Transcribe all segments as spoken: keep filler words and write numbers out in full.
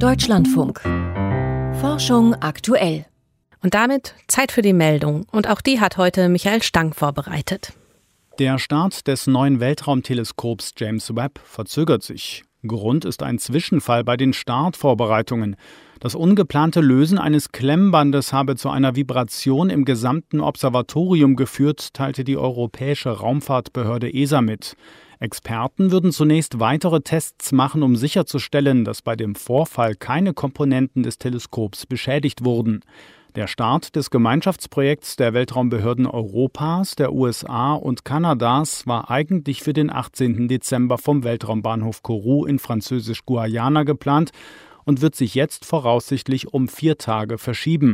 Deutschlandfunk. Forschung aktuell. Und damit Zeit für die Meldung. Und auch die hat heute Michael Stang vorbereitet. Der Start des neuen Weltraumteleskops James Webb verzögert sich. Grund ist ein Zwischenfall bei den Startvorbereitungen. Das ungeplante Lösen eines Klemmbandes habe zu einer Vibration im gesamten Observatorium geführt, teilte die Europäische Raumfahrtbehörde E S A mit. Experten würden zunächst weitere Tests machen, um sicherzustellen, dass bei dem Vorfall keine Komponenten des Teleskops beschädigt wurden. Der Start des Gemeinschaftsprojekts der Weltraumbehörden Europas, der U S A und Kanadas war eigentlich für den achtzehnten Dezember vom Weltraumbahnhof Kourou in Französisch-Guayana geplant und wird sich jetzt voraussichtlich um vier Tage verschieben.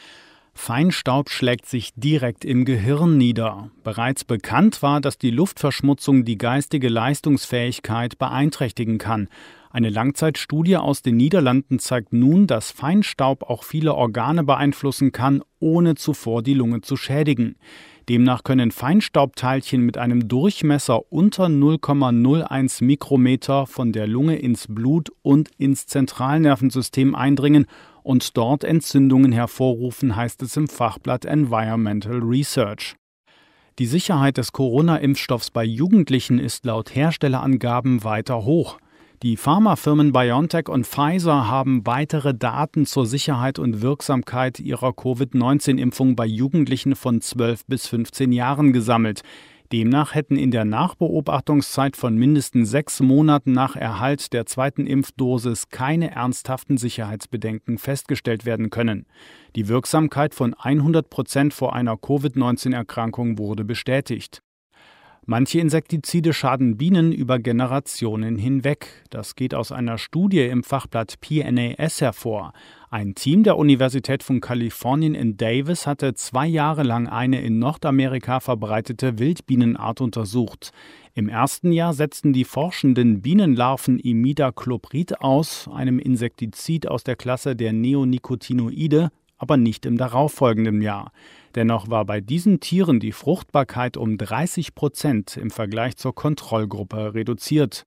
Feinstaub schlägt sich direkt im Gehirn nieder. Bereits bekannt war, dass die Luftverschmutzung die geistige Leistungsfähigkeit beeinträchtigen kann. Eine Langzeitstudie aus den Niederlanden zeigt nun, dass Feinstaub auch viele Organe beeinflussen kann, ohne zuvor die Lunge zu schädigen. Demnach können Feinstaubteilchen mit einem Durchmesser unter null Komma null eins Mikrometer von der Lunge ins Blut und ins Zentralnervensystem eindringen und dort Entzündungen hervorrufen, heißt es im Fachblatt Environmental Research. Die Sicherheit des Corona-Impfstoffs bei Jugendlichen ist laut Herstellerangaben weiter hoch. Die Pharmafirmen BioNTech und Pfizer haben weitere Daten zur Sicherheit und Wirksamkeit ihrer Covid neunzehn Impfung bei Jugendlichen von zwölf bis fünfzehn Jahren gesammelt. Demnach hätten in der Nachbeobachtungszeit von mindestens sechs Monaten nach Erhalt der zweiten Impfdosis keine ernsthaften Sicherheitsbedenken festgestellt werden können. Die Wirksamkeit von hundert Prozent vor einer Covid neunzehn Erkrankung wurde bestätigt. Manche Insektizide schaden Bienen über Generationen hinweg. Das geht aus einer Studie im Fachblatt P N A S hervor. Ein Team der Universität von Kalifornien in Davis hatte zwei Jahre lang eine in Nordamerika verbreitete Wildbienenart untersucht. Im ersten Jahr setzten die Forschenden Bienenlarven Imidacloprid aus, einem Insektizid aus der Klasse der Neonicotinoide, aber nicht im darauffolgenden Jahr. Dennoch war bei diesen Tieren die Fruchtbarkeit um dreißig Prozent im Vergleich zur Kontrollgruppe reduziert.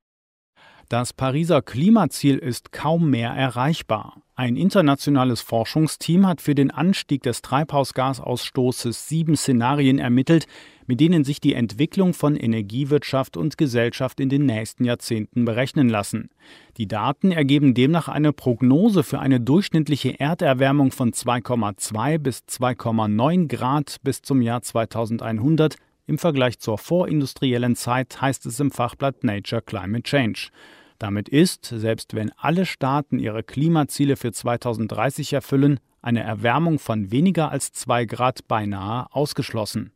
Das Pariser Klimaziel ist kaum mehr erreichbar. Ein internationales Forschungsteam hat für den Anstieg des Treibhausgasausstoßes sieben Szenarien ermittelt, mit denen sich die Entwicklung von Energiewirtschaft und Gesellschaft in den nächsten Jahrzehnten berechnen lassen. Die Daten ergeben demnach eine Prognose für eine durchschnittliche Erderwärmung von zwei Komma zwei bis zwei Komma neun Grad bis zum Jahr zweitausendeinhundert. Im Vergleich zur vorindustriellen Zeit, heißt es im Fachblatt Nature Climate Change. Damit ist, selbst wenn alle Staaten ihre Klimaziele für zweitausenddreißig erfüllen, eine Erwärmung von weniger als zwei Grad beinahe ausgeschlossen.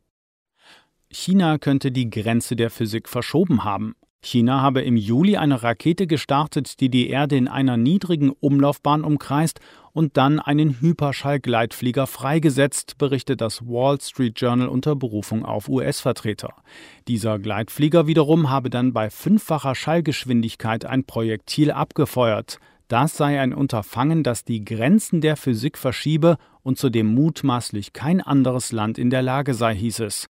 China könnte die Grenze der Physik verschoben haben. China habe im Juli eine Rakete gestartet, die die Erde in einer niedrigen Umlaufbahn umkreist und dann einen Hyperschallgleitflieger freigesetzt, berichtet das Wall Street Journal unter Berufung auf U S-Vertreter. Dieser Gleitflieger wiederum habe dann bei fünffacher Schallgeschwindigkeit ein Projektil abgefeuert. Das sei ein Unterfangen, das die Grenzen der Physik verschiebe und zu dem mutmaßlich kein anderes Land in der Lage sei, hieß es.